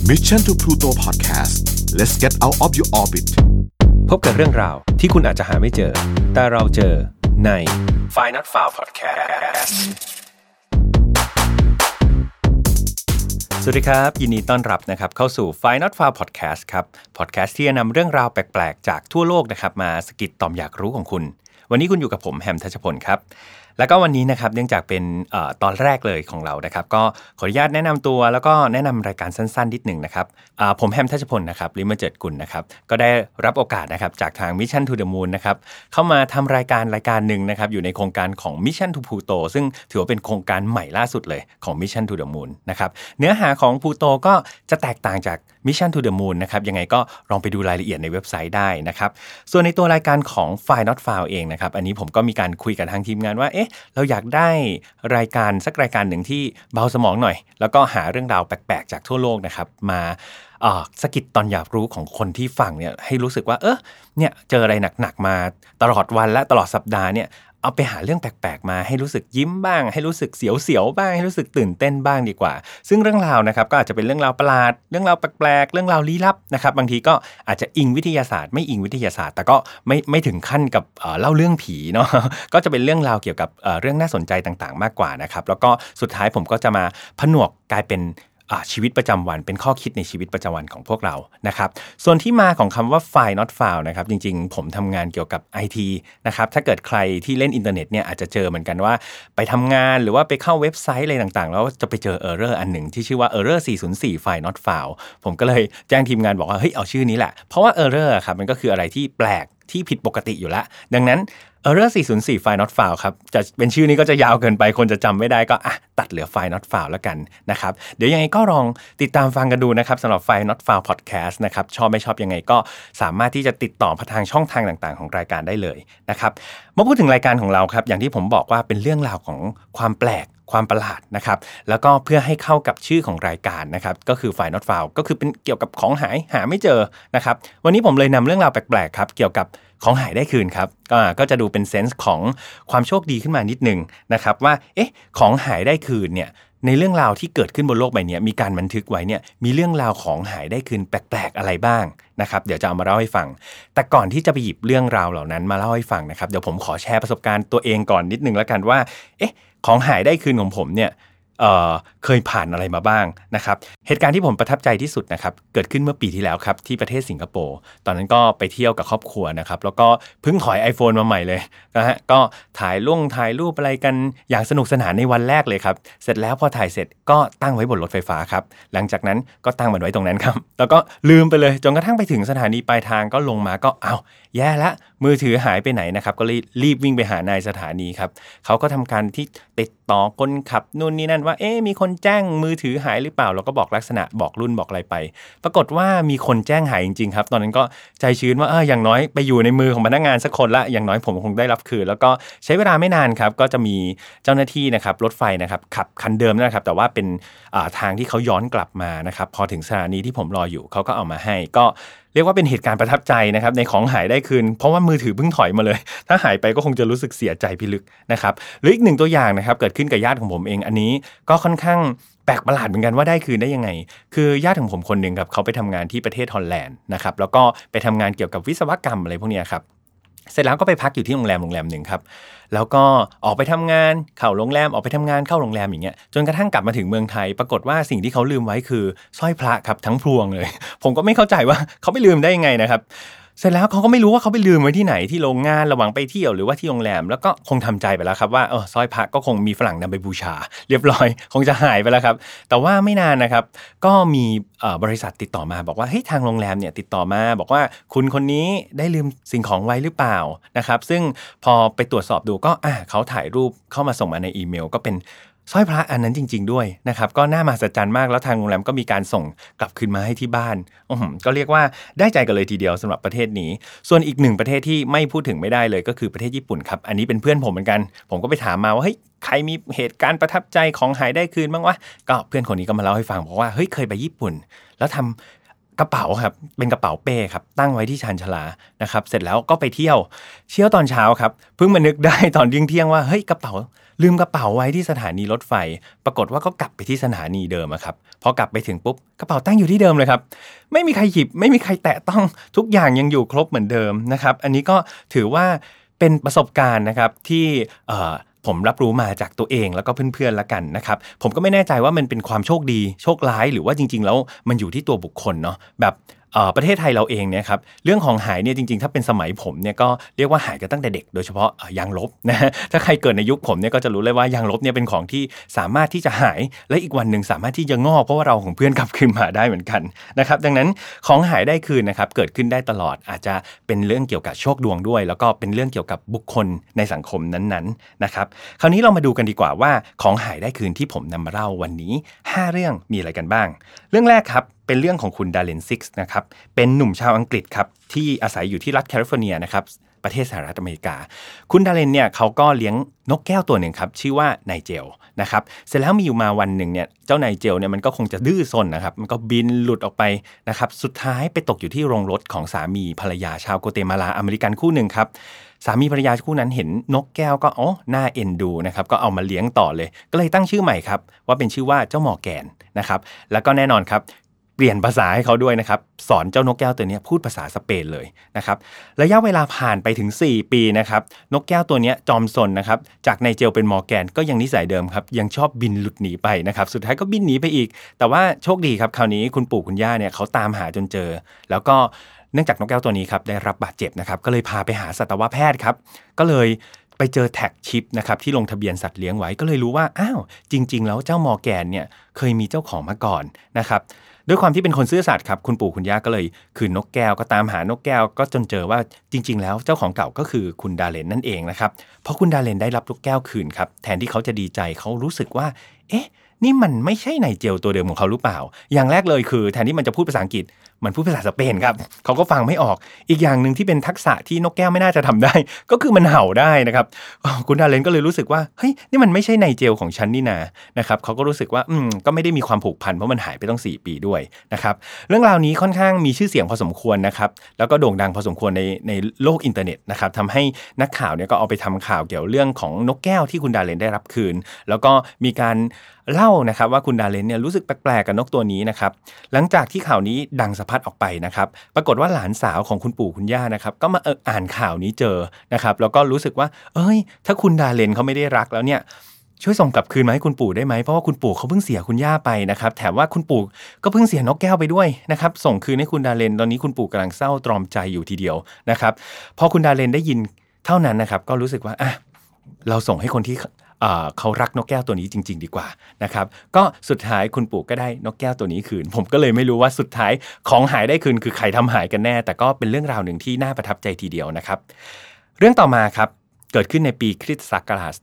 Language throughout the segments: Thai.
Mission to Pluto Podcast let's get out of your orbit พบกับเรื่องราวที่คุณอาจจะหาไม่เจอแต่เราเจอใน Find Not Found Podcast สวัสดีครับยินดีต้อนรับนะครับเข้าสู่ Find Not Found Podcast ครับพอดแคสต์ที่จะนำเรื่องราวแปลกๆจากทั่วโลกนะครับมาสกิดต่อมอยากรู้ของคุณวันนี้คุณอยู่กับผมแฮมทัชพลครับแล้วก็วันนี้นะครับเนื่องจากเป็นตอนแรกเลยของเรานะครับก็ขออนุญาตแนะนำตัวแล้วก็แนะนำรายการสั้นๆนิดหนึ่งนะครับผมแฮมทัชพลนะครับลิมเจิดกุลนะครับก็ได้รับโอกาสนะครับจากทาง Mission to the Moon นะครับเข้ามาทำรายการหนึ่งนะครับอยู่ในโครงการของ Mission to Pluto ซึ่งถือว่าเป็นโครงการใหม่ล่าสุดเลยของ Mission to the Moon นะครับเนื้อหาของ Pluto ก็จะแตกต่างจาก Mission to the Moon นะครับยังไงก็ลองไปดูรายละเอียดในเว็บไซต์ได้นะครับส่วนในตัวรายการของ Find Not Found เองนะครับอันนี้ผมก็มีการคุยกับทางทีมงานว่าเราอยากได้รายการสักรายการหนึ่งที่เบาสมองหน่อยแล้วก็หาเรื่องราวแปลกๆจากทั่วโลกนะครับมาสกิดตอนอยากรู้ของคนที่ฟังเนี่ยให้รู้สึกว่าเนี่ยเจออะไรหนักๆมาตลอดวันและตลอดสัปดาห์เนี่ยเอาไปหาเรื่องแปลกๆมาให้รู้สึกยิ้มบ้างให้รู้สึกเสียวๆบ้างให้รู้สึกตื่นเต้นบ้างดีกว่าซึ่งเรื่องราวนะครับก็อาจจะเป็นเรื่องราวประหลาดเรื่องราวแปลกๆเรื่องราวลี้ลับนะครับบางทีก็อาจจะอิงวิทยาศาสตร์ไม่อิงวิทยาศาสตร์แต่ก็ไม่ถึงขั้นกับเล่าเรื่องผีเนาะก็จะเป็นเรื่องราวเกี่ยวกับเรื่องน่าสนใจต่างๆมากกว่านะครับแล้วก็สุดท้ายผมก็จะมาผนวกกลายเป็นชีวิตประจำวันเป็นข้อคิดในชีวิตประจำวันของพวกเรานะครับส่วนที่มาของคำว่า Find Not Found นะครับจริงๆผมทำงานเกี่ยวกับ IT นะครับถ้าเกิดใครที่เล่นอินเทอร์เน็ตเนี่ยอาจจะเจอเหมือนกันว่าไปทำงานหรือว่าไปเข้าเว็บไซต์อะไรต่างๆแล้วจะไปเจอ error อันหนึ่งที่ชื่อว่า error 404 Find Not Found ผมก็เลยแจ้งทีมงานบอกว่าเฮ้ยเอาชื่อนี้แหละเพราะว่า error ครับมันก็คืออะไรที่แปลกที่ผิดปกติอยู่แล้วดังนั้นerror 404 Find Not Found ครับจะเป็นชื่อนี้ก็จะยาวเกินไปคนจะจำไม่ได้ก็ตัดเหลือ Find Not Found แล้วกันนะครับเดี๋ยวยังไงก็ลองติดตามฟังกันดูนะครับสำหรับ Find Not Found Podcast นะครับชอบไม่ชอบยังไงก็สามารถที่จะติดต่อผ่านทางช่องทางต่างๆของรายการได้เลยนะครับมาพูดถึงรายการของเราครับอย่างที่ผมบอกว่าเป็นเรื่องราวของความแปลกความประหลาดนะครับแล้วก็เพื่อให้เข้ากับชื่อของรายการนะครับก็คือ Find Not Found ก็คือเป็นเกี่ยวกับของหาไม่เจอนะครับวันนี้ผมเลยนำเรื่องราวแปลกๆครับเกี่ยวกับของหายได้คืนครับก็จะดูเป็นเซนส์ของความโชคดีขึ้นมานิดนึงนะครับว่าของหายได้คืนเนี่ยในเรื่องราวที่เกิดขึ้นบนโลกใบนี้มีการบันทึกไว้เนี่ยมีเรื่องราวของหายได้คืนแปลกๆอะไรบ้างนะครับเดี๋ยวจะเอามาเล่าให้ฟังแต่ก่อนที่จะไปหยิบเรื่องราวเหล่านั้นมาเล่าให้ฟังนะครับเดี๋ยวผมขอแชร์ประสบการณ์ตัวเองก่อนนิดนึงแล้วกันว่าของหายได้คืนของผมเนี่ยเคยผ่านอะไรมาบ้างนะครับเหตุการณ์ที่ผมประทับใจที่สุดนะครับเกิดขึ้นเมื่อปีที่แล้วครับที่ประเทศสิงคโปร์ตอนนั้นก็ไปเที่ยวกับครอบครัวนะครับแล้วก็เพิ่งถอย iPhone มาใหม่เลยนะฮะก็ถ่ายรูปอะไรกันอย่างสนุกสนานในวันแรกเลยครับเสร็จแล้วพอถ่ายเสร็จก็ตั้งไว้บนรถไฟฟ้าครับหลังจากนั้นก็ตั้งมันไว้ตรงนั้นครับแล้วก็ลืมไปเลยจนกระทั่งไปถึงสถานีปลายทางก็ลงมาก็แย่ละมือถือหายไปไหนนะครับก็รีบวิ่งไปหานายสถานีครับเขาก็ทำการที่ติดต่อคนขับนู่นนี่นั่นว่ามีคนแจ้งมือถือหายหรือเปล่าเราก็บอกลักษณะบอกรุ่นบอกอะไรไปปรากฏว่ามีคนแจ้งหายจริงๆครับตอนนั้นก็ใจชื้นว่าอย่างน้อยไปอยู่ในมือของพนักงานสักคนละอย่างน้อยผมคงได้รับคืนแล้วก็ใช้เวลาไม่นานครับก็จะมีเจ้าหน้าที่นะครับรถไฟนะครับขับคันเดิมนะครับแต่ว่าเป็นทางที่เขาย้อนกลับมานะครับพอถึงสถานีที่ผมรออยู่เขาก็เอามาให้ก็เรียกว่าเป็นเหตุการณ์ประทับใจนะครับในของหายได้คืนเพราะว่ามือถือเพิ่งถอยมาเลยถ้าหายไปก็คงจะรู้สึกเสียใจพิลึกนะครับหรืออีกหนึ่งตัวอย่างนะครับเกิดขึ้นกับญาติของผมเองอันนี้ก็ค่อนข้างแปลกประหลาดเหมือนกันว่าได้คืนได้ยังไงคือญาติของผมคนนึงครับเขาไปทำงานที่ประเทศฮอลแลนด์นะครับแล้วก็ไปทำงานเกี่ยวกับวิศวกรรมอะไรพวกนี้ครับเสร็จแล้วก็ไปพักอยู่ที่โรงแรมหนึ่งครับแล้วก็ออกไปทำงานเข้าโรงแรมออกไปทำงานเข้าโรงแรมอย่างเงี้ยจนกระทั่งกลับมาถึงเมืองไทยปรากฏว่าสิ่งที่เขาลืมไว้คือสร้อยพระครับทั้งพวงเลยผมก็ไม่เข้าใจว่าเขาไปลืมได้ยังไงนะครับเสร็จแล้วเขาก็ไม่รู้ว่าเขาไปลืมไว้ที่ไหนที่โรงงานระหว่างไปเที่ยวหรือว่าที่โรงแรมแล้วก็คงทำใจไปแล้วครับว่าสร้อยพระก็คงมีฝรั่งนำไปบูชาเรียบร้อยคงจะหายไปแล้วครับแต่ว่าไม่นานนะครับก็มีบริษัทติดต่อมาบอกว่าเฮ้ยทางโรงแรมเนี่ยติดต่อมาบอกว่าคุณคนนี้ได้ลืมสิ่งของไว้หรือเปล่านะครับซึ่งพอไปตรวจสอบดูก็เขาถ่ายรูปเข้ามาส่งมาในอีเมลก็เป็นสร้อยพระอันนั้นจริงๆด้วยนะครับก็น่ามหัศจรรย์มากแล้วทางโรงแรมก็มีการส่งกลับคืนมาให้ที่บ้านก็เรียกว่าได้ใจกันเลยทีเดียวสำหรับประเทศนี้ส่วนอีกหนึ่งประเทศที่ไม่พูดถึงไม่ได้เลยก็คือประเทศญี่ปุ่นครับอันนี้เป็นเพื่อนผมเหมือนกันผมก็ไปถามมาว่าเฮ้ยใครมีเหตุการณ์ประทับใจของหายได้คืนบ้างวะก็เพื่อนคนนี้ก็มาเล่าให้ฟังบอกว่าเฮ้ยเคยไปญี่ปุ่นแล้วทำกระเป๋าครับเป็นกระเป๋าเป้ครับตั้งไว้ที่ชานชาลานะครับเสร็จแล้วก็ไปเที่ยวตอนเช้าครับเพิ่งมานึกได้ตอนเที่ยงว่าเฮ้ยกระเป๋าลืมกระเป๋าไว้ที่สถานีรถไฟปรากฏว่าก็กลับไปที่สถานีเดิมครับพอกลับไปถึงปุ๊บกระเป๋าตั้งอยู่ที่เดิมเลยครับไม่มีใครหยิบไม่มีใครแตะต้องทุกอย่างยังอยู่ครบเหมือนเดิมนะครับอันนี้ก็ถือว่าเป็นประสบการณ์นะครับที่ผมรับรู้มาจากตัวเองแล้วก็เพื่อนๆละกันนะครับผมก็ไม่แน่ใจว่ามันเป็นความโชคดีโชคร้ายหรือว่าจริงๆแล้วมันอยู่ที่ตัวบุคคลเนาะแบบประเทศไทยเราเองเนี่ยครับเรื่องของหายเนี่ยจริงๆถ้าเป็นสมัยผมเนี่ยก็เรียกว่าหายกันตั้งแต่เด็กโดยเฉพาะยางลบนะถ้าใครเกิดในยุคผมเนี่ยก็จะรู้เลยว่ายางลบเนี่ยเป็นของที่สามารถที่จะหายและอีกวันนึงสามารถที่จะงอกเพราะว่าเราของเพื่อนกลับคืนมาได้เหมือนกันนะครับดังนั้นของหายได้คืนนะครับเกิดขึ้นได้ตลอดอาจจะเป็นเรื่องเกี่ยวกับโชคดวงด้วยแล้วก็เป็นเรื่องเกี่ยวกับบุคคลในสังคมนั้นๆนะครับคราวนี้เรามาดูกันดีกว่าว่าของหายได้คืนที่ผมนำมาเล่าวันนี้5เรื่องมีอะไรกันบ้างเรื่องแรกครับเป็นเรื่องของคุณดาเลนซิกส์นะครับเป็นหนุ่มชาวอังกฤษครับที่อาศัยอยู่ที่รัฐแคลิฟอร์เนียนะครับประเทศสหรัฐอเมริกาคุณดาเลนเนี่ยเขาก็เลี้ยงนกแก้วตัวหนึ่งครับชื่อว่าไนเจลนะครับเสร็จแล้วมีอยู่มาวันหนึ่งเนี่ยเจ้าไนเจลเนี่ยมันก็คงจะดื้อซนนะครับมันก็บินหลุดออกไปนะครับสุดท้ายไปตกอยู่ที่โรงรถของสามีภรรยาชาวโกเตมาลาอเมริกันคู่หนึ่งครับสามีภรรยาคู่นั้นเห็นนกแก้วก็น่าเอ็นดูนะครับก็เอามาเลี้ยงต่อเลยก็เลยตั้งชื่อใหม่ครับว่าเป็นชื่อว่าเจ้ามอร์แกนนะครับแล้วก็แน่นอนครับเปลี่ยนภาษาให้เขาด้วยนะครับสอนเจ้านกแก้วตัวนี้พูดภาษาสเปนเลยนะครับระยะเวลาผ่านไปถึง4ปีนะครับนกแก้วตัวนี้จอมซนนะครับจากไนเจลเป็นมอร์แกนก็ยังนิสัยเดิมครับยังชอบบินหลุดหนีไปนะครับสุดท้ายก็บินหนีไปอีกแต่ว่าโชคดีครับคราวนี้คุณปู่คุณย่าเนี่ยเขาตามหาจนเจอแล้วก็เนื่องจากนกแก้วตัวนี้ครับได้รับบาดเจ็บนะครับก็เลยพาไปหาสัตวแพทย์ครับก็เลยไปเจอแท็กชิปนะครับที่ลงทะเบียนสัตว์เลี้ยงไว้ก็เลยรู้ว่าอ้าวจริงๆแล้วเจ้ามอร์แกนเนี่ยเคยมีเจ้าของมาก่อนนะครับด้วยความที่เป็นคนซื่อสัตย์ครับคุณปู่คุณย่าก็เลยคืนนกแก้วก็ตามหานกแก้วก็จนเจอว่าจริงๆแล้วเจ้าของเก่าก็คือคุณดาเลนนั่นเองนะครับพอคุณดาเลนได้รับนกแก้วคืนครับแทนที่เขาจะดีใจเขารู้สึกว่าเอ๊ะนี่มันไม่ใช่ไนเจลตัวเดิมของเขาหรือเปล่าอย่างแรกเลยคือแทนที่มันจะพูดภาษาอังกฤษมันพูดภาษาสเปนครับเขาก็ฟังไม่ออกอีกอย่างนึงที่เป็นทักษะที่นกแก้วไม่น่าจะทำได้ก็คือมันเห่าได้นะครับคุณดาเลนก็เลยรู้สึกว่าเฮ้ยนี่มันไม่ใช่ไนเจลของฉันนี่นานะครับเขาก็รู้สึกว่าก็ไม่ได้มีความผูกพันเพราะมันหายไปต้อง4ปีด้วยนะครับเรื่องราวนี้ค่อนข้างมีชื่อเสียงพอสมควรนะครับแล้วก็โด่งดังพอสมควรในโลกอินเทอร์เน็ตนะครับทำให้นักข่าวเนี่ยก็เอาไปทำข่าวเกี่ยวเรื่องของนกแก้วที่คุณดาเลนได้รับคืนแล้วก็มีการเล่านะครับว่าคุณดาเลนเนี่ยรู้สึกแปลกๆกับนกตัวนี้นะครับหลังจากที่ข่าวนี้ดังสะพัดออกไปนะครับปรากฏว่าหลานสาวของคุณปู่คุณย่านะครับก็มาอ่านข่าวนี้เจอนะครับแล้วก็รู้สึกว่าถ้าคุณดาเลนเขาไม่ได้รักแล้วเนี่ยช่วยส่งกลับคืนมาให้คุณปู่ได้ไหมเพราะว่าคุณปู่เขาเพิ่งเสียคุณย่าไปนะครับแถมว่าคุณปู่ก็เพิ่งเสียนกแก้วไปด้วยนะครับส่งคืนให้คุณดาเลนตอนนี้คุณปู่กำลังเศร้าตรอมใจอยู่ทีเดียวนะครับพอคุณดาเลนได้ยินเท่านั้นนะครับก็รู้สึกว่าเราส่งให้คนที่เขารักนกแก้วตัวนี้จริงๆดีกว่านะครับก็สุดท้ายคุณปู่ก็ได้นกแก้วตัวนี้คืนผมก็เลยไม่รู้ว่าสุดท้ายของหายได้คืนคือใครทำหายกันแน่แต่ก็เป็นเรื่องราวหนึ่งที่น่าประทับใจทีเดียวนะครับเรื่องต่อมาครับเกิดขึ้นในปีคริสตศักราช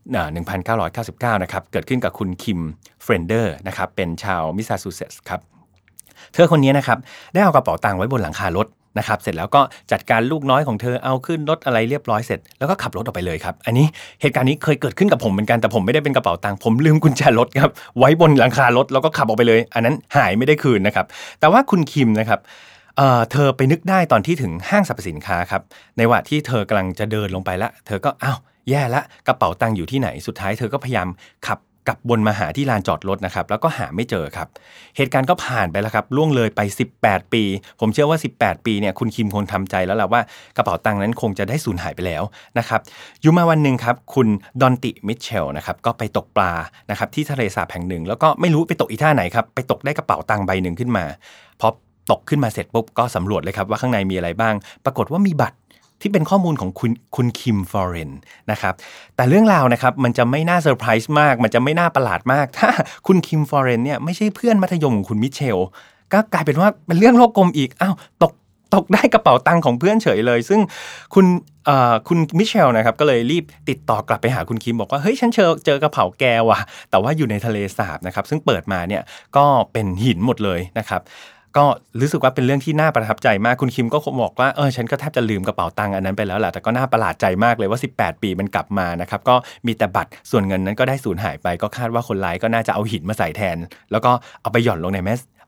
1999นะครับเกิดขึ้นกับคุณคิมเฟรนเดอร์นะครับเป็นชาวมิสซาชูเซตส์ครับเธอคนนี้นะครับได้เอากระเป๋าตังค์ไว้บนหลังคารถนะครับเสร็จแล้วก็จัดการลูกน้อยของเธอเอาขึ้นรถอะไรเรียบร้อยเสร็จแล้วก็ขับรถออกไปเลยครับอันนี้เหตุการณ์นี้เคยเกิดขึ้นกับผมเหมือนกันแต่ผมไม่ได้เป็นกระเป๋าตังค์ผมลืมกุญแจรถครับไว้บนหลังคารถแล้วก็ขับออกไปเลยอันนั้นหายไม่ได้คืนนะครับแต่ว่าคุณคิมนะครับเธอไปนึกได้ตอนที่ถึงห้างสรรพสินค้าครับในวันที่เธอกำลังจะเดินลงไปละเธอก็แย่ละกระเป๋าตังค์อยู่ที่ไหนสุดท้ายเธอก็พยายามขับกลับวนมาหาที่ลานจอดรถนะครับแล้วก็หาไม่เจอครับเหตุการณ์ก็ผ่านไปแล้วครับล่วงเลยไป18ปีผมเชื่อว่า18ปีเนี่ยคุณคิมคงทำใจแล้วแหละว่ากระเป๋าตังค์นั้นคงจะได้สูญหายไปแล้วนะครับอยู่มาวันนึงครับคุณดอนติมิเชลนะครับก็ไปตกปลานะครับที่ทะเลสาบแห่งหนึ่งแล้วก็ไม่รู้ไปตกอีท่าไหนครับไปตกได้กระเป๋าตังค์ใบนึงขึ้นมาพอตกขึ้นมาเสร็จปุ๊บก็สำรวจเลยครับว่าข้างในมีอะไรบ้างปรากฏว่ามีบัตรที่เป็นข้อมูลของคุณคิมฟอเรนนะครับแต่เรื่องราวนะครับมันจะไม่น่าเซอร์ไพรส์มากมันจะไม่น่าประหลาดมากถ้าคุณคิมฟอเรนเนี่ยไม่ใช่เพื่อนมัธยมของคุณมิเชลก็กลายเป็นว่าเป็นเรื่องโลกกลมอีกตกได้กระเป๋าตังค์ของเพื่อนเฉยเลยซึ่งคุณมิเชลนะครับก็เลยรีบติดต่อกลับไปหาคุณคิมบอกว่าเฮ้ยฉันเจอกระเป๋าแกว่ะแต่ว่าอยู่ในทะเลสาบนะครับซึ่งเปิดมาเนี่ยก็เป็นหินหมดเลยนะครับก็รู้สึกว่าเป็นเรื่องที่น่าประทับใจมากคุณคิมก็บอกว่าฉันก็แทบจะลืมกระเป๋าตังค์อันนั้นไปแล้วแหละแต่ก็น่าประหลาดใจมากเลยว่า18ปีมันกลับมานะครับก็มีแต่บัตรส่วนเงินนั้นก็ได้สูญหายไปก็คาดว่าคนร้ายก็น่าจะเอาหินมาใส่แทนแล้วก็เอาไปหย่อนลงใน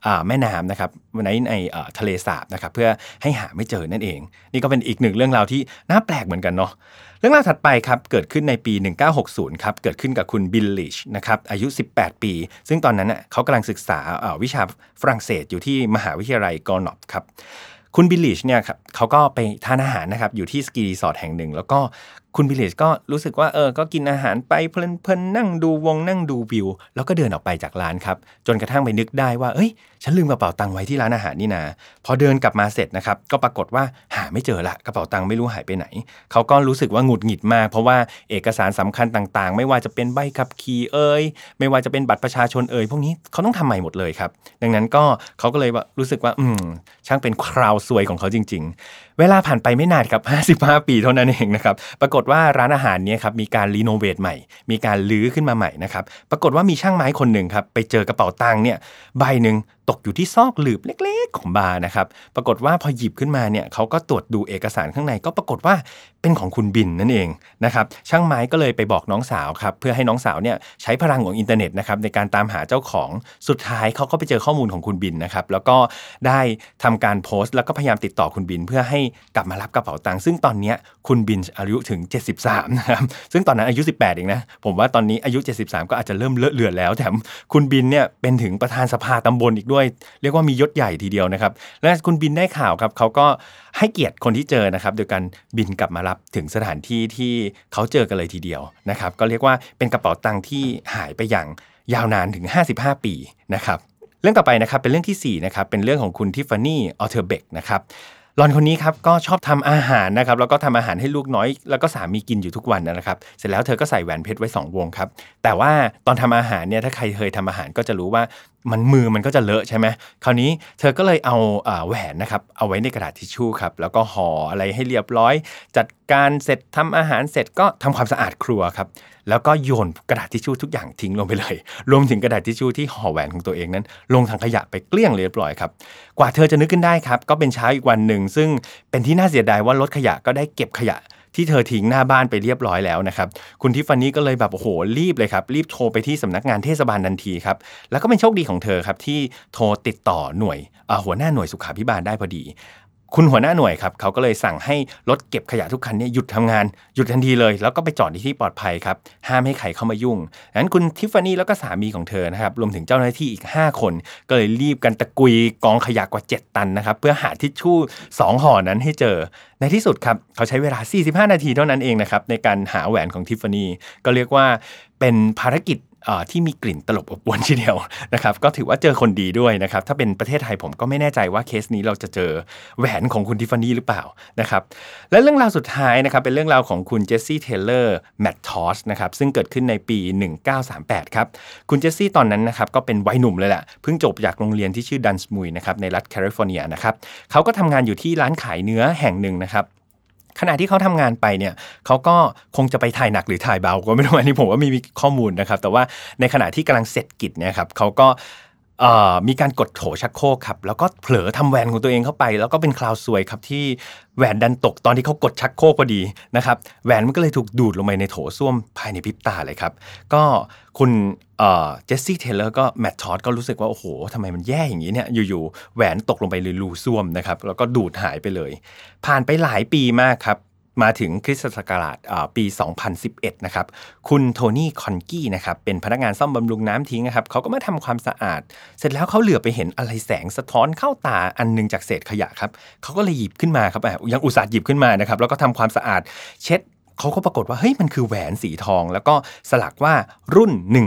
แม่น้ำนะครับในทะเลสาบนะครับเพื่อให้หาไม่เจอนั่นเองนี่ก็เป็นอีกหนึ่งเรื่องราวที่น่าแปลกเหมือนกันเนาะเรื่องราวถัดไปครับเกิดขึ้นในปี1960ครับเกิดขึ้นกับคุณบิลลิชนะครับอายุ18ปีซึ่งตอนนั้นเขากำลังศึกษาวิชาฝรั่งเศสอยู่ที่มหาวิทยาลัยกอร์นอบครับคุณบิลลิชเนี่ยครับเขาก็ไปทานอาหารนะครับอยู่ที่สกีรีสอร์ทแห่งหนึ่งแล้วก็คุณบิลลิชก็รู้สึกว่าก็กินอาหารไปเพลินๆนั่งดูวงนั่งดูวิวแล้วก็เดินออกไปจากร้านครับจนกระทั่งไปนึกได้ว่าฉันลืมกระเป๋าตังค์ไว้ที่ร้านอาหารนี่นาพอเดินกลับมาเสร็จนะครับก็ปรากฏว่าหาไม่เจอละกระเป๋าตังค์ไม่รู้หายไปไหนเขาก็รู้สึกว่าหงุดหงิดมากเพราะว่าเอกสารสำคัญต่างๆไม่ว่าจะเป็นใบขับขี่ไม่ว่าจะเป็นบัตรประชาชนพวกนี้เขาต้องทำใหม่หมดเลยครับดังนั้นก็เขาก็เลยรู้สึกว่าช่างเป็นคราวซวยของเขาจริงๆเวลาผ่านไปไม่นานครับ55ปีเท่านั้นเองนะครับปรากฏว่าร้านอาหารนี้ครับมีการรีโนเวทใหม่มีการลื้อขึ้นมาใหม่นะครับปรากฏว่ามีช่างไม้คนหนึ่งครับไปเจอกระเป๋าตังค์เนี่ยใบหนึ่งตกอยู่ที่ซอกหลืบเล็กๆของบาร์นะครับปรากฏว่าพอหยิบขึ้นมาเนี่ยเขาก็ตรวจดูเอกสารข้างในก็ปรากฏว่าเป็นของคุณบินนั่นเองนะครับช่างไม้ก็เลยไปบอกน้องสาวครับเพื่อให้น้องสาวเนี่ยใช้พลังของอินเทอร์เน็ตนะครับในการตามหาเจ้าของสุดท้ายเขาก็ไปเจอข้อมูลของคุณบินนะครับแล้วก็ได้ทำการโพสต์แล้วก็พยายามติดต่อคุณบินเพื่อให้กลับมารับกระเป๋าตังค์ซึ่งตอนนี้คุณบินอายุถึง73นะครับซึ่งตอนนั้นอายุ18เองนะผมว่าตอนนี้อายุ73ก็อาจจะเริ่มเลอะเลือนแล้วแถมคุณบินเนี่ยเป็นถึงประธานสภาตำบลอีกด้วยเรียกว่ามียศใหญ่ทีเดียวนะครับและคุณบินได้ข่าวครับเขาก็ให้เกียรติคนที่เจอนะครับโดยการบินกลับมารับถึงสถานที่ที่เขาเจอกันเลยทีเดียวนะครับก็เรียกว่าเป็นกระเป๋าตังค์ที่หายไปอย่างยาวนานถึง55ปีนะครับเรื่องต่อไปนะครับเป็นเรื่องที่4นะครับเป็นเรื่องของคุณทิฟฟานี่ออเทอร์เบกนะครับหล่อนคนนี้ครับก็ชอบทำอาหารนะครับแล้วก็ทำอาหารให้ลูกน้อยแล้วก็สามีกินอยู่ทุกวันนะครับเสร็จแล้วเธอก็ใส่แหวนเพชรไว้2วงครับแต่ว่าตอนทำอาหารเนี่ยถ้าใครเคยทำอาหารก็จะรู้ว่ามือมันก็จะเลอะใช่ไหมคราวนี้เธอก็เลยเอาแหวนนะครับเอาไว้ในกระดาษทิชชู่ครับแล้วก็ห่ออะไรให้เรียบร้อยจัดการเสร็จทำอาหารเสร็จก็ทำความสะอาดครัวครับแล้วก็โยนกระดาษทิชชู่ทุกอย่างทิ้งลงไปเลยรวมถึงกระดาษทิชชู่ที่ห่อแหวนของตัวเองนั้นลงถังขยะไปเกลี้ยงเรียบร้อยครับกว่าเธอจะนึกขึ้นได้ครับก็เป็นเช้าอีกวันหนึ่งซึ่งเป็นที่น่าเสียดายว่ารถขยะก็ได้เก็บขยะที่เธอทิ้งหน้าบ้านไปเรียบร้อยแล้วนะครับคุณทิฟฟานี่ก็เลยแบบโอ้โหรีบเลยครับรีบโทรไปที่สำนักงานเทศบาลทันทีครับแล้วก็เป็นโชคดีของเธอครับที่โทรติดต่อหน่วยหัวหน้าหน่วยสุขาภิบาลได้พอดีคุณหัวหน้าหน่วยครับเขาก็เลยสั่งให้รถเก็บขยะทุกคันเนี่ยหยุดทำงานหยุดทันทีเลยแล้วก็ไปจอดที่ปลอดภัยครับห้ามให้ใครเข้ามายุ่งดังนั้นคุณทิฟฟานี่แล้วก็สามีของเธอนะครับรวมถึงเจ้าหน้าที่อีก5คนก็เลยรีบกันตะกุยกองขยะกว่า7ตันนะครับเพื่อหาทิชชู่2ห่อนั้นให้เจอในที่สุดครับเขาใช้เวลา45นาทีเท่านั้นเองนะครับในการหาแหวนของทิฟฟานี่ก็เรียกว่าเป็นภารกิจที่มีกลิ่นตลบอบอวนทีเดียวนะครับก็ถือว่าเจอคนดีด้วยนะครับถ้าเป็นประเทศไทยผมก็ไม่แน่ใจว่าเคสนี้เราจะเจอแหวนของคุณทิฟฟานี่หรือเปล่านะครับและเรื่องราวสุดท้ายนะครับเป็นเรื่องราวของคุณเจสซี่เทเลอร์แมตทอสนะครับซึ่งเกิดขึ้นในปี1938ครับคุณเจสซี่ตอนนั้นนะครับก็เป็นวัยหนุ่มเลยแหละเพิ่งจบจากโรงเรียนที่ชื่อดันส์มุยนะครับในรัฐแคลิฟอร์เนียนะครับเขาก็ทำงานอยู่ที่ร้านขายเนื้อแห่งหนึ่งนะครับขณะที่เขาทำงานไปเนี่ยเขาก็คงจะไปถ่ายหนักหรือถ่ายเบาก็ไม่รู้อันนี้ผมว่ามีข้อมูลนะครับแต่ว่าในขณะที่กำลังเสร็จกิจเนี่ยครับเขาก็มีการกดโถชักโครกครับแล้วก็เผลอทำแหวนของตัวเองเข้าไปแล้วก็เป็นคราวซวยครับที่แหวนดันตกตอนที่เขากดชักโครกพอดีนะครับแหวนมันก็เลยถูกดูดลงไปในโถส้วมภายในพริบตาเลยครับก็คุณเจสซี่เทเลอร์ก็แมตทอสก็รู้สึกว่าโอ้โหทำไมมันแย่อย่างนี้เนี่ยอยู่ๆแหวนตกลงไปในรูส้วมนะครับแล้วก็ดูดหายไปเลยผ่านไปหลายปีมากครับมาถึงคริสตศักราชปี2011นะครับคุณโทนี่คอนกี้นะครับเป็นพนักงานซ่อมบำรุงน้ำทิ้งนะครับเขาก็มาทำความสะอาดเสร็จแล้วเขาเหลือไปเห็นอะไรแสงสะท้อนเข้าตาอันนึงจากเศษขยะครับเขาก็เลยหยิบขึ้นมาครับยังอุตส่าห์หยิบขึ้นมานะครับแล้วก็ทำความสะอาดเช็ดเขาก็ปรากฏว่าเฮ้ยมันคือแหวนสีทองแล้วก็สลักว่ารุ่น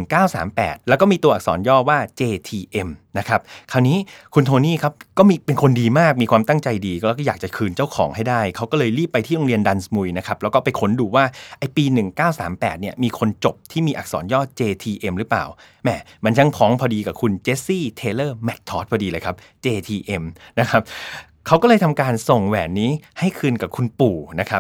1938แล้วก็มีตัวอักษรย่อว่า JTM นะครับคราวนี้คุณโทนี่ครับก็เป็นคนดีมากมีความตั้งใจดีก็อยากจะคืนเจ้าของให้ได้เขาก็เลยรีบไปที่โรงเรียนดันส์มุยนะครับแล้วก็ไปค้นดูว่าไอ้ปี1938เนี่ยมีคนจบที่มีอักษรย่อ JTM หรือเปล่าแหมมันช่างพ้องพอดีกับคุณเจสซี่เทเลอร์แมตทอสพอดีเลยครับ JTM นะครับเขาก็เลยทำการส่งแหวนนี้ให้คืนกับคุณปู่นะครับ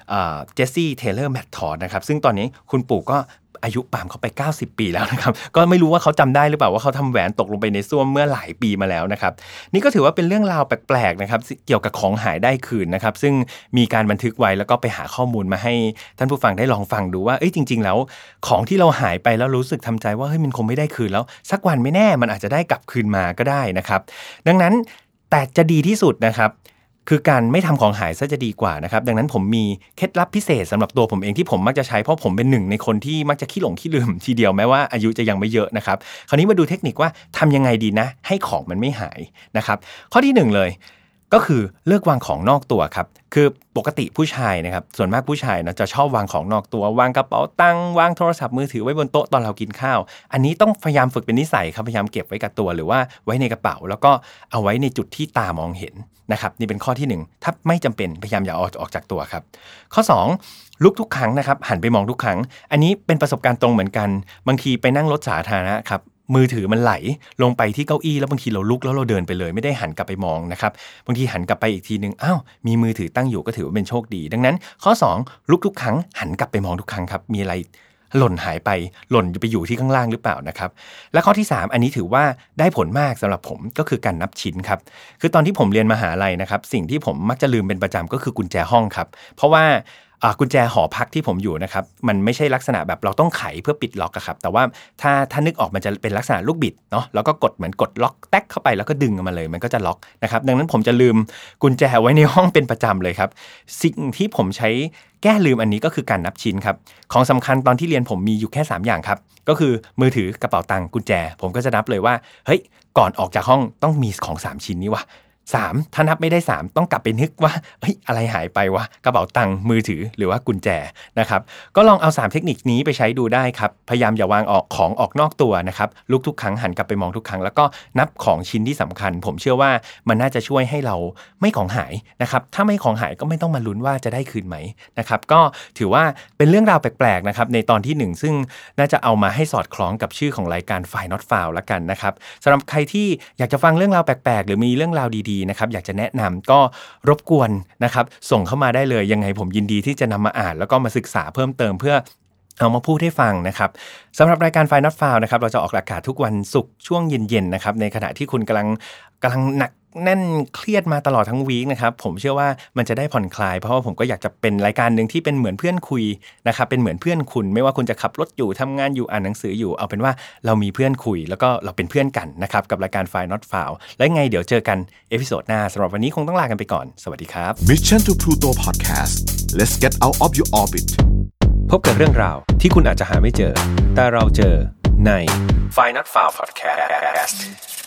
เจสซี่เทเลอร์แมตทอร์นะครับซึ่งตอนนี้คุณปู่ก็อายุปามเขาไป90ปีแล้วนะครับก็ไม่รู้ว่าเขาจำได้หรือเปล่าว่าเขาทำแหวนตกลงไปในส้วมเมื่อหลายปีมาแล้วนะครับนี่ก็ถือว่าเป็นเรื่องราวแปลกๆนะครับเกี่ยวกับของหายได้คืนนะครับซึ่งมีการบันทึกไว้แล้วก็ไปหาข้อมูลมาให้ท่านผู้ฟังได้ลองฟังดูว่าจริงๆแล้วของที่เราหายไปแล้วรู้สึกทำใจว่าเฮ้ยมันคงไม่ได้คืนแล้วสักวันไม่แน่มันอาจจะได้กลับคืนมาก็ได้นะครับดังนั้นแต่จะดีที่สุดนะครับคือการไม่ทำของหายซะจะดีกว่านะครับดังนั้นผมมีเคล็ดลับพิเศษสำหรับตัวผมเองที่ผมมักจะใช้เพราะผมเป็นหนึ่งในคนที่มักจะขี้หลงขี้ลืมทีเดียวแม้ว่าอายุจะยังไม่เยอะนะครับคราวนี้มาดูเทคนิคว่าทำยังไงดีนะให้ของมันไม่หายนะครับข้อที่1เลยก็คือเลือกวางของนอกตัวครับคือปกติผู้ชายนะครับส่วนมากผู้ชายนะจะชอบวางของนอกตัววางกระเป๋าตังค์วางโทรศัพท์มือถือไว้บนโต๊ะตอนเรากินข้าวอันนี้ต้องพยายามฝึกเป็นนิสัยครับพยายามเก็บไว้กับตัวหรือว่าไว้ในกระเป๋าแล้วก็เอาไว้ในจุดที่ตามองเห็นนะครับนี่เป็นข้อที่1ถ้าไม่จำเป็นพยายามอย่าออกจากตัวครับข้อ2ลุกทุกครั้งนะครับหันไปมองทุกครั้งอันนี้เป็นประสบการณ์ตรงเหมือนกันบางทีไปนั่งรถสาธารณะครับมือถือมันไหลลงไปที่เก้าอี้แล้วบางทีเราลุกแล้วเราเดินไปเลยไม่ได้หันกลับไปมองนะครับบางทีหันกลับไปอีกทีนึงอ้าวมีมือถือตั้งอยู่ก็ถือว่าเป็นโชคดีดังนั้นข้อ2ลุกทุกครั้งหันกลับไปมองทุกครั้งครับมีอะไรหล่นหายไปหล่นไปอยู่ที่ข้างล่างหรือเปล่านะครับและข้อที่3อันนี้ถือว่าได้ผลมากสำหรับผมก็คือการนับชิ้นครับคือตอนที่ผมเรียนมหาลัยนะครับสิ่งที่ผมมักจะลืมเป็นประจำก็คือกุญแจห้องครับเพราะว่ากุญแจหอพักที่ผมอยู่นะครับมันไม่ใช่ลักษณะแบบเราต้องไขเพื่อปิดล็อกอะครับแต่ว่าถ้านึกออกมันจะเป็นลักษณะลูกบิดเนาะแล้วก็กดเหมือนกดล็อกแตกเข้าไปแล้วก็ดึงออกมาเลยมันก็จะล็อกนะครับดังนั้นผมจะลืมกุญแจไว้ในห้องเป็นประจำเลยครับสิ่งที่ผมใช้แก้ลืมอันนี้ก็คือการนับชิ้นครับของสำคัญตอนที่เรียนผมมีอยู่แค่3อย่างครับก็คือมือถือกระเป๋าตังค์กุญแจผมก็จะนับเลยว่าเฮ้ยก่อนออกจากห้องต้องมีของ3ชิ้นนี้วะ3ถ้านับไม่ได้3ต้องกลับไปนึกว่าอะไรหายไปวะกระเป๋าตังค์มือถือหรือว่ากุญแจนะครับก็ลองเอา3เทคนิคนี้ไปใช้ดูได้ครับพยายามอย่าวางของออกนอกตัวนะครับลุกทุกครั้งหันกลับไปมองทุกครั้งแล้วก็นับของชิ้นที่สำคัญผมเชื่อว่ามันน่าจะช่วยให้เราไม่ของหายนะครับถ้าไม่ของหายก็ไม่ต้องมาลุ้นว่าจะได้คืนไหมนะครับก็ถือว่าเป็นเรื่องราวแปลกๆนะครับในตอนที่1ซึ่งน่าจะเอามาให้สอดคล้องกับชื่อของรายการ File Not Found ละกันนะครับสำหรับใครที่อยากจะฟังเรื่องราวแปลกๆหรือมีเรื่องราวดีนะครับอยากจะแนะนำก็รบกวนนะครับส่งเข้ามาได้เลยยังไงผมยินดีที่จะนำมาอ่านแล้วก็มาศึกษาเพิ่มเติมเพื่อเอามาพูดให้ฟังนะครับสำหรับรายการ File Not Found นะครับเราจะออกอากาศทุกวันศุกร์ช่วงเย็นๆนะครับในขณะที่คุณกำลังหนักแน่นเครียดมาตลอดทั้งวีคนะครับผมเชื่อว่ามันจะได้ผ่อนคลายเพราะว่าผมก็อยากจะเป็นรายการนึงที่เป็นเหมือนเพื่อนคุยนะครับเป็นเหมือนเพื่อนคุณไม่ว่าคุณจะขับรถอยู่ทำงานอยู่อ่านหนังสืออยู่เอาเป็นว่าเรามีเพื่อนคุยแล้วก็เราเป็นเพื่อนกันนะครับกับรายการ File Not Found และไงเดี๋ยวเจอกันเอพิโซดหน้าสำหรับวันนี้คงต้องลากันไปก่อนสวัสดีครับ Mission to Pluto Podcast Let's get out of your orbit พบกับเรื่องราวที่คุณอาจจะหาไม่เจอแต่เราเจอใน File Not Found Podcast